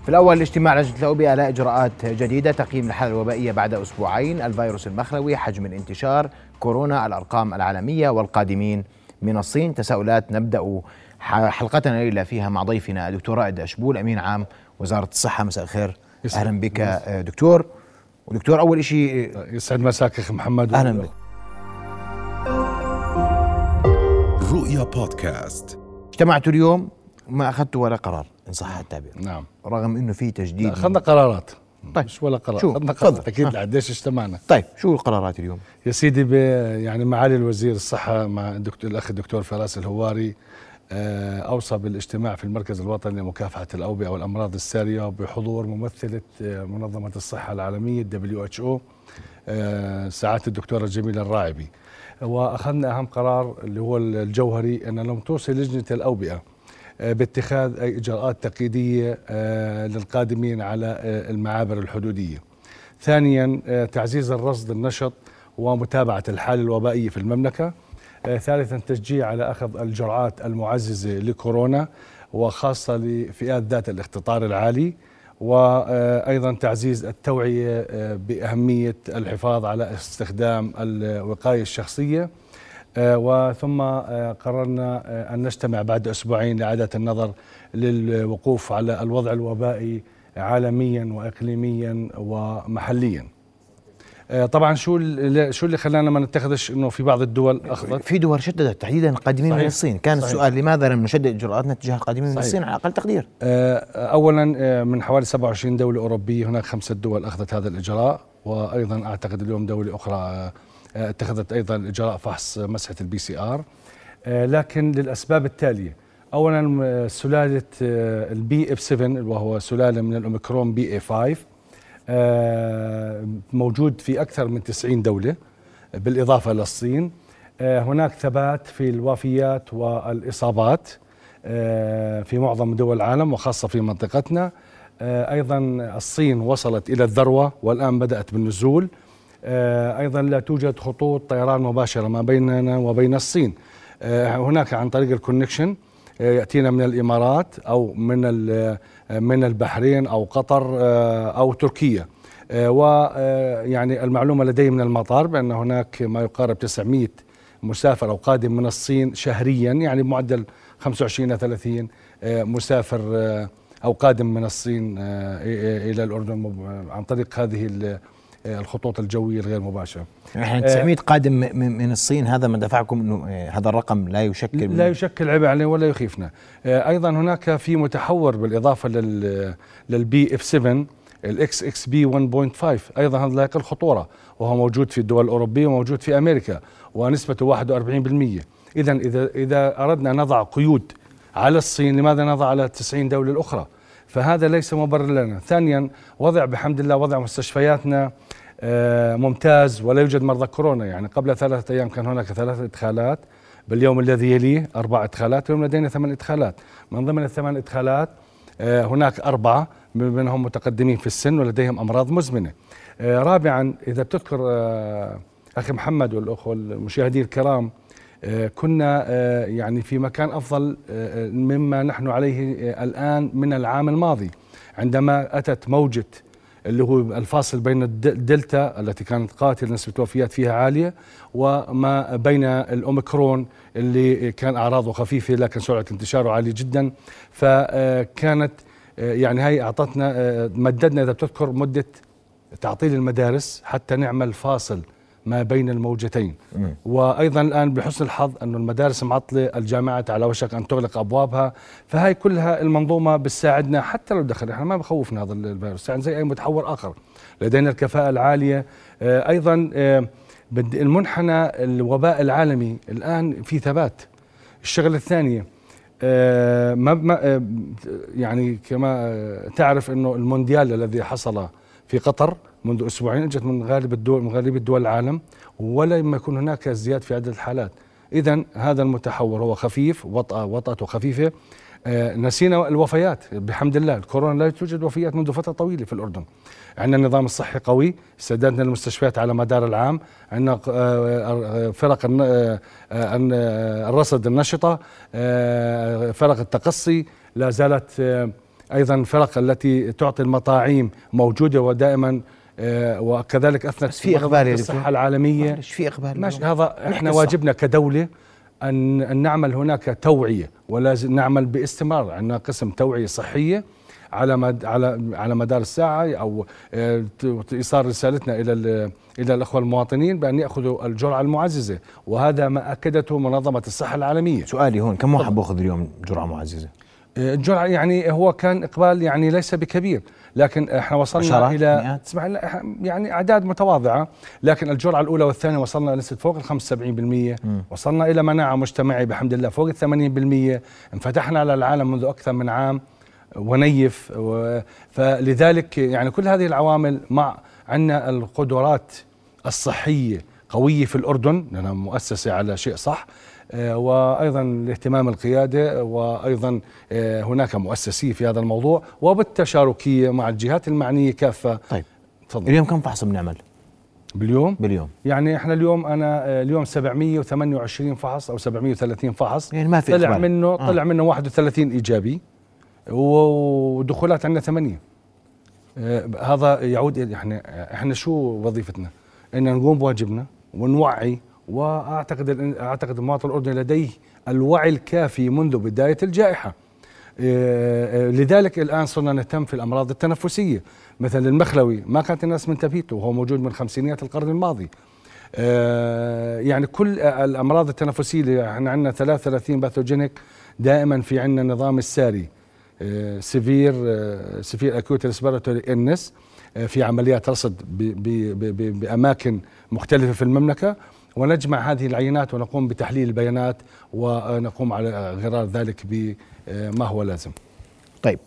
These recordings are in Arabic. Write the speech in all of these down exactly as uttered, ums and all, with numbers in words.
في الأول اجتماع لجنة الأوبئة على إجراءات جديدة، تقييم الحالة الوبائية بعد أسبوعين، الفيروس المخلوي، حجم الانتشار، كورونا، الأرقام العالمية والقادمين من الصين. تساؤلات نبدأ حلقتنا الليلة فيها مع ضيفنا الدكتور رائد أشبول أمين عام وزارة الصحة. مساء الخير، أهلا بك دكتور. ودكتور أول شيء يسعد مساك أخي محمد. أهلا بك. رؤيا بودكاست. اجتمعتوا اليوم وما أخذتوا ولا قرار إن صح التعبير. نعم. رغم إنه في تجديد. أخذنا قرارات. طيب. مش ولا قرار. شو؟ أخذنا قرارات أكيد لعديش اجتمعنا. طيب شو القرارات اليوم؟ يا سيدي يعني معالي الوزير الصحة مع الدكتور الأخ الدكتور فراس الهواري أوصى بالاجتماع في المركز الوطني لمكافحة الأوبئة والأمراض السارية بحضور ممثلة منظمة الصحة العالمية دبليو إتش أو سعادة الدكتورة جميلة الراعبي. وأخذنا أهم قرار اللي هو الجوهري أن لم توصي لجنة الأوبئة باتخاذ أي إجراءات تقييدية للقادمين على المعابر الحدودية. ثانيا تعزيز الرصد النشط ومتابعة الحالة الوبائية في المملكة. ثالثا تشجيع على أخذ الجرعات المعززة لكورونا وخاصة لفئات ذات الاختطار العالي. وأيضا تعزيز التوعية بأهمية الحفاظ على استخدام الوقاية الشخصية. وثم قررنا أن نجتمع بعد أسبوعين لإعادة النظر للوقوف على الوضع الوبائي عالميا وإقليميا ومحليا. طبعا شو اللي شو اللي خلانا ما نتخذش انه في بعض الدول اخذت؟ في دول شددت تحديدا القادمين صحيح. من الصين. كان صحيح. السؤال لماذا لم نشدد اجراءاتنا تجاه القادمين صحيح. من الصين على اقل تقدير؟ اولا من حوالي سبعة وعشرين دوله اوروبيه هناك خمسه دول اخذت هذا الاجراء، وايضا اعتقد اليوم دوله اخرى اتخذت ايضا اجراء فحص مسحه البي سي ار، لكن للاسباب التاليه. اولا سلاله البي اف سبعة وهو سلاله من الاوميكرون بي اي خمسة موجود في أكثر من تسعين دولة بالإضافة للصين. هناك ثبات في الوفيات والإصابات في معظم دول العالم وخاصة في منطقتنا. أيضا الصين وصلت إلى الذروة والآن بدأت بالنزول. أيضا لا توجد خطوط طيران مباشرة ما بيننا وبين الصين. هناك عن طريق الكونكشن يأتينا من الإمارات أو من من البحرين أو قطر أو تركيا. ويعني المعلومة لدي من المطار بأن هناك ما يقارب تسعمئة مسافر أو قادم من الصين شهريا، يعني بمعدل خمسة وعشرين إلى ثلاثين مسافر أو قادم من الصين إلى الأردن عن طريق هذه الخطوط الجوية الغير مباشرة. احنا تسعمئة قادم من الصين، هذا ما دفعكم انه هذا الرقم لا يشكل لا يشكل عبء علينا ولا يخيفنا. ايضا هناك في متحور بالاضافه لل للبي اف سبعة الاكس اكس بي واحد فاصلة خمسة، ايضا هذا لا يقل خطوره وهو موجود في الدول الاوروبيه وموجود في امريكا ونسبته واحد وأربعين بالمئة. اذا اذا اذا اردنا نضع قيود على الصين لماذا نضع على تسعين دوله الاخرى؟ فهذا ليس مبرر لنا. ثانيا وضع بحمد الله وضع مستشفياتنا ممتاز ولا يوجد مرضى كورونا. يعني قبل ثلاثة أيام كان هناك ثلاث إدخالات، باليوم الذي يليه أربع إدخالات، اليوم لدينا ثمان إدخالات. من ضمن الثمان إدخالات هناك أربعة منهم متقدمين في السن ولديهم أمراض مزمنة. رابعا إذا بتذكر أخي محمد والأخوة المشاهدين الكرام، كنا يعني في مكان أفضل مما نحن عليه الآن من العام الماضي عندما أتت موجة اللي هو الفاصل بين الدلتا التي كانت قاتلة نسبة وفيات فيها عالية وما بين الأوميكرون اللي كان أعراضه خفيفة لكن سرعة انتشاره عالية جدا. فكانت يعني هي أعطتنا مددنا إذا بتذكر مدة تعطيل المدارس حتى نعمل فاصل ما بين الموجتين. م. وأيضا الآن بحسن الحظ أن المدارس معطلة، الجامعات على وشك أن تغلق أبوابها، فهي كلها المنظومة بتساعدنا حتى لو دخل. احنا ما بخوفنا هذا الفيروس يعني زي أي متحور آخر، لدينا الكفاءة العالية. أيضا المنحنى الوباء العالمي الآن في ثبات. الشغلة الثانية ما يعني كما تعرف أنه المونديال الذي حصل في قطر منذ أسبوعين اجت من غالب الدول من غالب دول العالم ولم يكن هناك ازدياد في عدد الحالات. إذن هذا المتحور هو خفيف، وطأة وطأته خفيفة. آه نسينا الوفيات بحمد الله، الكورونا لا توجد وفيات منذ فترة طويلة في الأردن. عندنا النظام الصحي قوي، استعدادنا للمستشفيات على مدار العام، عندنا آه فرق آه الرصد النشطة، آه فرق التقصي لا زالت آه أيضا فرق التي تعطي المطاعيم موجودة ودائما آه وكذلك أثنت في إقبال الصحة العالمية. في إقبال ماشي، هذا إحنا واجبنا كدولة أن, أن نعمل هناك توعية، ولازم نعمل باستمرار. عندنا قسم توعية صحية على مد على على مدار الساعة، أو إيصال رسالتنا إلى إلى الأخوة المواطنين بأن يأخذوا الجرعة المعززة، وهذا ما أكدته منظمة الصحة العالمية. سؤالي هون، كم واحد بأخذ اليوم جرعة معززة؟ الجرعة يعني هو كان إقبال يعني ليس بكبير، لكن احنا وصلنا إلى تسمع يعني أعداد متواضعة، لكن الجرعة الأولى والثانية وصلنا لنسبة فوق ال خمسة وسبعين بالمئة، وصلنا إلى مناعة مجتمعية بحمد الله فوق ال ثمانين بالمئة، انفتحنا على العالم منذ أكثر من عام ونيف. فلذلك يعني كل هذه العوامل مع عندنا القدرات الصحية قوية في الأردن لأنها مؤسسة على شيء صح، وأيضا الاهتمام القيادة، وأيضا هناك مؤسسية في هذا الموضوع وبالتشاركية مع الجهات المعنية كافة. طيب تفضل. اليوم كم فحص بنعمل باليوم؟ باليوم يعني احنا اليوم أنا اليوم سبعمئة وثمانية وعشرين فحص أو سبعمئة وثلاثين فحص، يعني ما في طلع إقبال. منه طلع آه. منه واحد وثلاثين إيجابي، ودخولات عندنا ثمانية. آه هذا يعود إلى احنا احنا شو وظيفتنا؟ ان نقوم بواجبنا ونوعي، واعتقد اعتقد المواطن الاردني لديه الوعي الكافي منذ بدايه الجائحه. آه لذلك الان صرنا نهتم في الامراض التنفسيه مثل المخلوي، ما كانت الناس منتبهته وهو موجود من خمسينيات القرن الماضي. آه يعني كل الامراض التنفسيه اللي احنا عندنا ثلاثة وثلاثين باثوجينيك دائما في عندنا النظام الساري سيفير سيفير اكيوت ريسبيراتوري إلنس في عمليات رصد باماكن مختلفه في المملكه، ونجمع هذه العينات ونقوم بتحليل البيانات ونقوم على غرار ذلك بما هو لازم. طيب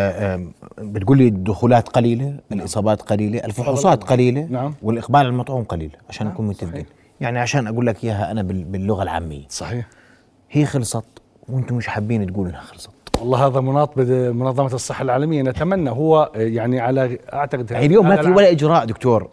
بتقول لي الدخولات قليله، نعم. الاصابات قليله، الفحوصات قليله، نعم. والاقبال على المطعوم قليل، عشان نكون نعم. متفقين. يعني عشان اقول لك اياها انا باللغه العاميه. صحيح. هي خلصت وانتم مش حابين تقولوا انها خلصت. والله هذا مناط بمنظمة الصحة العالمية، نتمنى هو يعني على أعتقد يعني اليوم ما في ولا إجراء دكتور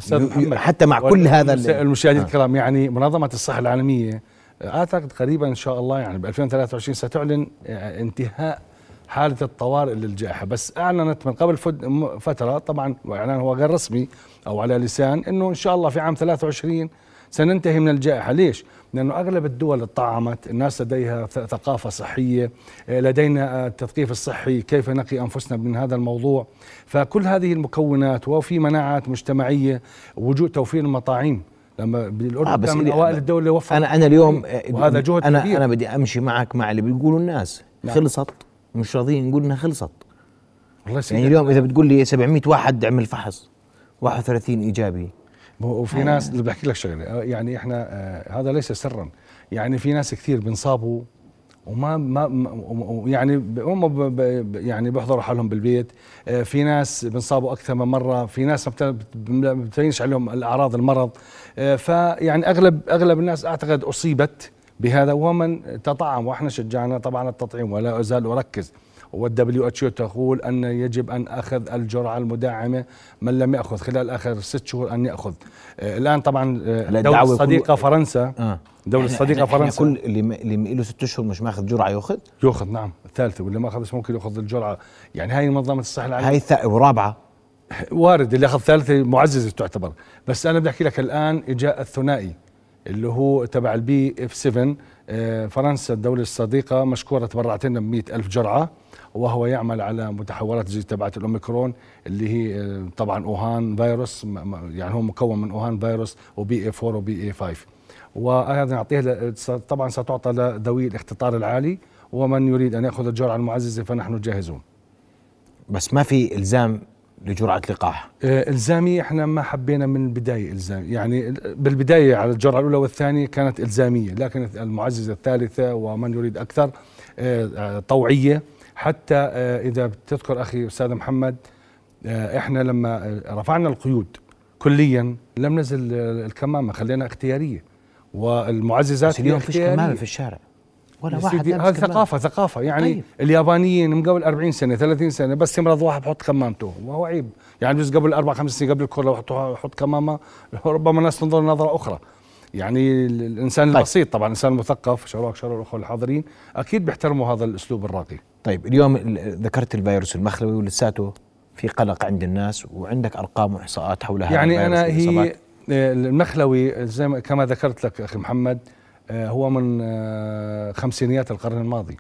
حتى مع كل هذا المشاهدين الكرام. آه. يعني منظمة الصحة العالمية أعتقد قريبا إن شاء الله يعني ب ألفين وثلاثة وعشرين ستعلن انتهاء حالة الطوارئ للجائحة، بس أعلنت من قبل فترة طبعا، وإعلان هو غير رسمي أو على لسان، إنه إن شاء الله في عام ثلاثة وعشرين سننتهي من الجائحة. ليش؟ لأنه أغلب الدول اتطعمت، الناس لديها ثقافة صحية، لدينا التثقيف الصحي كيف نقي أنفسنا من هذا الموضوع. فكل هذه المكونات وفي مناعات مجتمعية، وجود توفير المطاعيم لما بالأردن آه كان من أوائل الدول اللي وفر. أنا أنا اليوم وهذا جهد أنا كبير. أنا بدي أمشي معك مع اللي بيقولوا الناس لا. خلصت، مش راضيين نقول إنها خلصت. والله يعني اليوم إذا بتقول لي سبعمئة واحد عمل فحص واحد وثلاثين إيجابي، وفي ناس اللي بحكي لك شغله، يعني احنا آه هذا ليس سرا، يعني في ناس كثير بنصابوا وما ما يعني هم يعني بيحضروا حالهم بالبيت، آه في ناس بنصابوا اكثر من مره، في ناس ما بتبينش عليهم الاعراض المرض، آه فيعني اغلب اغلب الناس اعتقد اصيبت بهذا ومن تطعم، واحنا شجعنا طبعا التطعيم ولا ازال اركز. والدبليو اتش او تقول أن يجب أن أخذ الجرعة المدعمة من لم يأخذ خلال آخر ست شهور أن يأخذ. آه الآن طبعا دولة الصديقة فرنسا آه. دولة الصديقة فرنسا كل اللي اللي له ست شهور مش ماخذ جرعة يأخذ يأخذ نعم الثالثة، واللي ما أخذش ممكن يأخذ الجرعة. يعني هاي منظمة الصحة العالمية هاي الثالثة ورابعة وارد اللي أخذ ثالثة معززة تعتبر. بس أنا بدي أحكي لك الآن إجاء الثنائي اللي هو تبع البي اف سبعة. آه فرنسا الدولة الصديقة مشكورة تبرعت لنا بمئة ألف جرعة، وهو يعمل على متحورات زي تبعت الأوميكرون اللي هي طبعا أوهان فيروس، يعني هو مكون من أوهان فيروس وبي اي أربعة وبي اي خمسة، وهذا نعطيه طبعا ستعطى لذوي الاختطار العالي، ومن يريد أن يأخذ الجرعة المعززة فنحن جاهزون. بس ما في إلزام لجرعة لقاح؟ آه إلزامي احنا ما حبينا من البداية إلزامي، يعني بالبداية على الجرعة الأولى والثانية كانت إلزامية، لكن المعززة الثالثة ومن يريد أكثر آه طوعية. حتى إذا بتذكر أخي أستاذ محمد، إحنا لما رفعنا القيود كليا لم نزل الكمامة، خلينا اختيارية، والمعززات اليوم فيش كمامة في الشارع ولا واحد. هذه ثقافة ثقافة يعني طيب. اليابانيين من قبل أربعين سنة ثلاثين سنة بس يمرض واحد بحط كمامته، وهو عيب. يعني بس قبل أربع خمس سنين قبل الكورونا بحط كمامة، ربما الناس تنظر نظرة أخرى. يعني الإنسان طيب. البسيط طبعا الإنسان المثقف، شباب شباب الأخوة الحاضرين أكيد بيحترموا هذا الأسلوب الراقي. طيب اليوم ذكرت الفيروس المخلوي ولساته في قلق عند الناس، وعندك ارقام واحصاءات حول هذا يعني الفيروس. انا هي والإصابات. المخلوي زي ما كما ذكرت لك اخي محمد هو من خمسينيات القرن الماضي.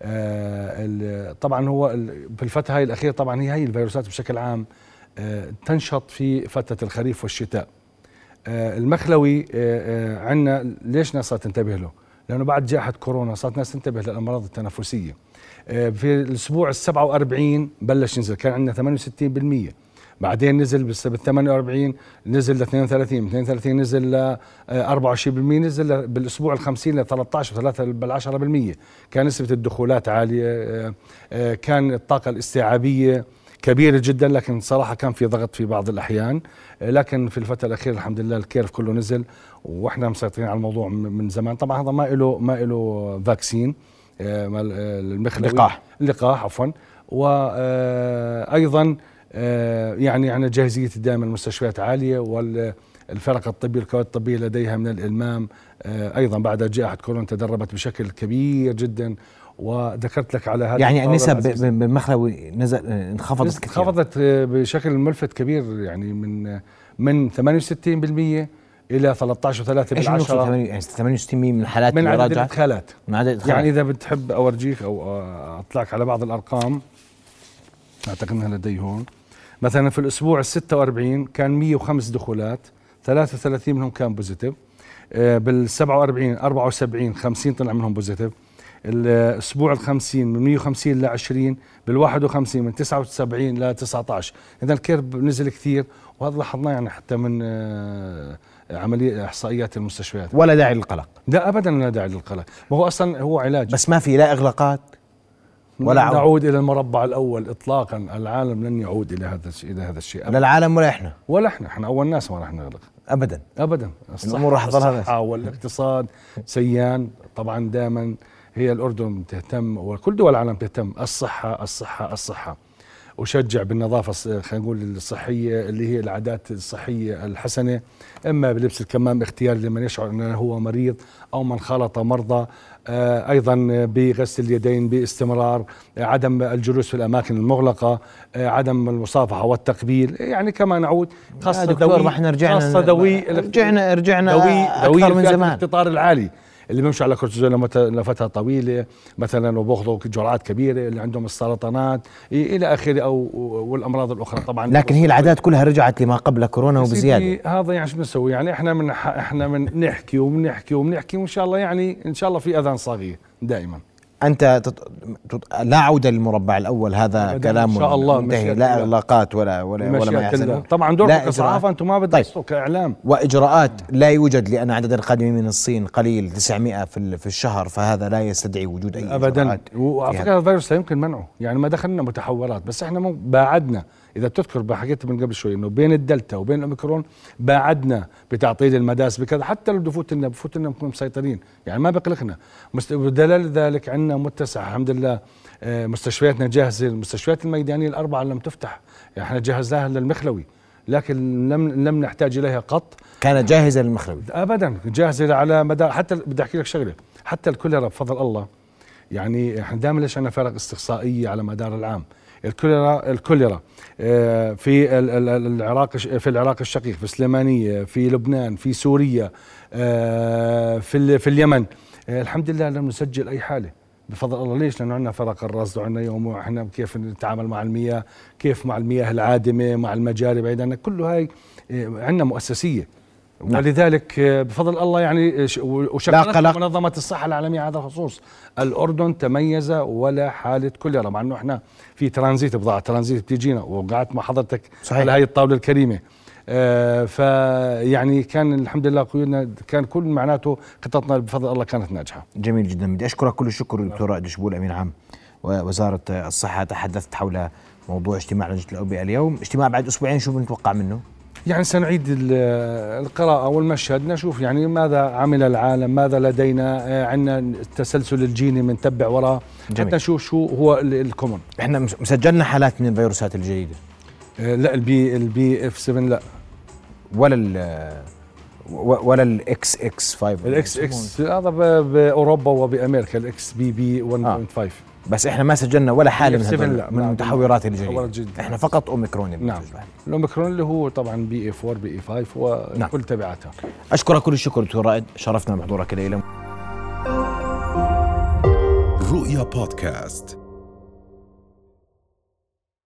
طبعا هو في الفتره هاي الاخيره طبعا هي هي الفيروسات بشكل عام تنشط في فتره الخريف والشتاء. المخلوي عندنا ليش ناس صارت تنتبه له؟ لانه بعد جائحه كورونا صارت ناس تنتبه للامراض التنفسيه. في الاسبوع السبعة وأربعين بلش ينزل، كان عندنا ثمانية وستين بالمئة، بعدين نزل بال ثمانية وأربعين نزل ل اثنين وثلاثين، اثنين وثلاثين نزل ل أربعة وعشرين بالمئة، نزل بالاسبوع الخمسين ل ثلاثة عشر وثلاثة بالعشرة بالمئة. كان نسبة الدخولات عالية، كان الطاقة الاستيعابية كبيرة جدا، لكن صراحة كان في ضغط في بعض الأحيان. لكن في الفترة الأخيرة الحمد لله الكيرف كله نزل، واحنا مسيطرين على الموضوع من زمان. طبعا هذا ما له ما له فاكسين المخلوي، لقاح لقاح عفوا. وايضا يعني عندنا جاهزيه دائما المستشفيات عاليه، والفرق الطبيه الكوادر الطبيه لديها من الالمام. ايضا بعد جائحه كورونا تدربت بشكل كبير جدا، وذكرت لك على هذا يعني النسب بالمخلوي نزل انخفضت كثير، انخفضت بشكل ملفت كبير، يعني من من ثمانية وستين بالمئة الى ثلاثة عشر وثلاثة بالعشرة. يعني ثمانية وستين بالمئة من الحالات من عدد الادخالات. من عدد الادخالات. يعني اذا بتحب اورجيك او اطلعك على بعض الارقام، اعتقد انها لدي هون. مثلا في الاسبوع الستة وأربعين كان مئة وخمسة دخولات، ثلاثة وثلاثين منهم كان بوزيتيف. بالسبعة وأربعين أربعة وسبعين خمسين طلع منهم بوزيتيف. الاسبوع الخمسين من مئة وخمسين ل عشرين، بالواحد وخمسين من تسعة وسبعين ل تسعة عشر. اذا الكيرف نزل كثير، وهذا لاحظناه يعني حتى من عملية احصائيات المستشفيات. ولا داعي للقلق. لا ابدا لا داعي للقلق، ما هو اصلا هو علاج. بس ما في لا اغلاقات ولا عود. نعود الى المربع الاول اطلاقا. العالم لن يعود الى هذا الشيء الى هذا الشيء لا العالم ولا احنا ولا احنا احنا اول ناس ما راح نغلق ابدا ابدا. الامور راح تظلها الصحه والاقتصاد سيان. طبعا دائما هي الاردن تهتم وكل دول العالم تهتم الصحه الصحه الصحه، وشجع بالنظافه خلينا نقول الصحيه اللي هي العادات الصحيه الحسنه، اما بلبس الكمام اختياري لمن يشعر انه هو مريض او من خالط مرضى، آه ايضا بغسل اليدين باستمرار، آه عدم الجلوس في الاماكن المغلقه، آه عدم المصافحه والتقبيل. يعني كما نعود خاصه دكتور ما احنا رجعنا خاصه دوي رجعنا رجعنا دوي اكثر من زمان. الاقتطار العالي اللي بيمشوا على كورتيزون لفتره طويله مثلا، وبياخذوا جرعات كبيره، اللي عندهم السرطانات الى اخره، او والامراض الاخرى طبعا. لكن هي العادات كلها رجعت لما قبل كورونا وبزياده. هذا يعني شو بنسوي؟ يعني احنا من احنا من نحكي وبنحكي وبنحكي، وان شاء الله يعني ان شاء الله في اذان صاغيه دائما. انت تط... تط... لا عوده للمربع الاول، هذا كلام ان شاء الله منتهي، لا اغلاقات ولا ولا ولا ما يحصل. طبعا دوركم كصحافه انتم ما بدكم طيب. كاعلام واجراءات لا يوجد، لان عدد القادمين من الصين قليل، تسعمئة في في الشهر، فهذا لا يستدعي وجود اي ابدا. اجراءات. وعلى فكره الفيروس لا يمكن منعه، يعني ما دخلنا متحورات، بس احنا مو باعدنا. اذا بتذكر حكيت من قبل شوي انه بين الدلتا وبين الاوميكرون باعدنا بتعطيل المدارس بكذا، حتى لو بفوت لنا بفوت لنا بنكون مسيطرين، يعني ما بقلقنا. ودلال ذلك عندنا متسع الحمد لله، مستشفياتنا جاهزه، المستشفيات الميدانيه الاربعه لم تفتح، يعني احنا جهزناها للمخلوي، لكن لم لم نحتاج اليها قط. كانت جاهزه للمخلوي ابدا، جاهزه على مدى. حتى بدي احكي لك شغله، حتى الكوليرا بفضل الله، يعني احنا دائما ليش عندنا فرق استقصائيه على مدار العام. الكوليرا الكوليرا في العراق، في العراق الشقيق، في السليمانيه، في لبنان، في سوريا، في في اليمن، الحمد لله لم نسجل اي حاله بفضل الله. ليش؟ لانه عندنا فرق الرصد وعندنا يوم، واحنا كيف نتعامل مع المياه، كيف مع المياه العادمه، مع المجاري بعيد عنا، كله هاي عندنا مؤسسيه. ولذلك بفضل الله يعني وشكرت منظمة الصحة العالمية على هذا الخصوص، الأردن تميز ولا حالة كوليرا، مع أنه إحنا في ترانزيت، بضاعة ترانزيت بتيجينا، وقعدت مع حضرتك صحيح على هاي الطاولة الكريمة. آه فيعني كان الحمد لله قيودنا، كان كل معناته خططنا بفضل الله كانت ناجحة. جميل جدا، بدي أشكرك كل الشكر دكتور دشبول أمين عام ووزارة الصحة. تحدثت حول موضوع اجتماع لجنة الأوبئة اليوم، اجتماع بعد أسبوعين، شو بنتوقع منه؟ يعني سنعيد القراءة والمشهد، نشوف يعني ماذا عمل العالم، ماذا لدينا، عندنا التسلسل الجيني بنتبع وراه حتى نشوف شو هو الكومن. احنا مسجلنا حالات من الفيروسات الجديدة؟ لا، البي البي اف سبعة لا، ولا ال ولا الاكس اكس خمسة؟ الاكس اكس هذا باوروبا وبامريكا الاكس بي بي واحد فاصلة خمسة. بس احنا ما سجلنا ولا حاله من هذول من نعم المتحورات الجديده، احنا فقط اوميكرون. نعم الاوميكرون اللي هو طبعا بي اي أربعة بي اي خمسة وكل نعم. تبعاتها. اشكرك كل الشكر دكتور رائد، شرفنا بحضورك الليله. رؤيا بودكاست.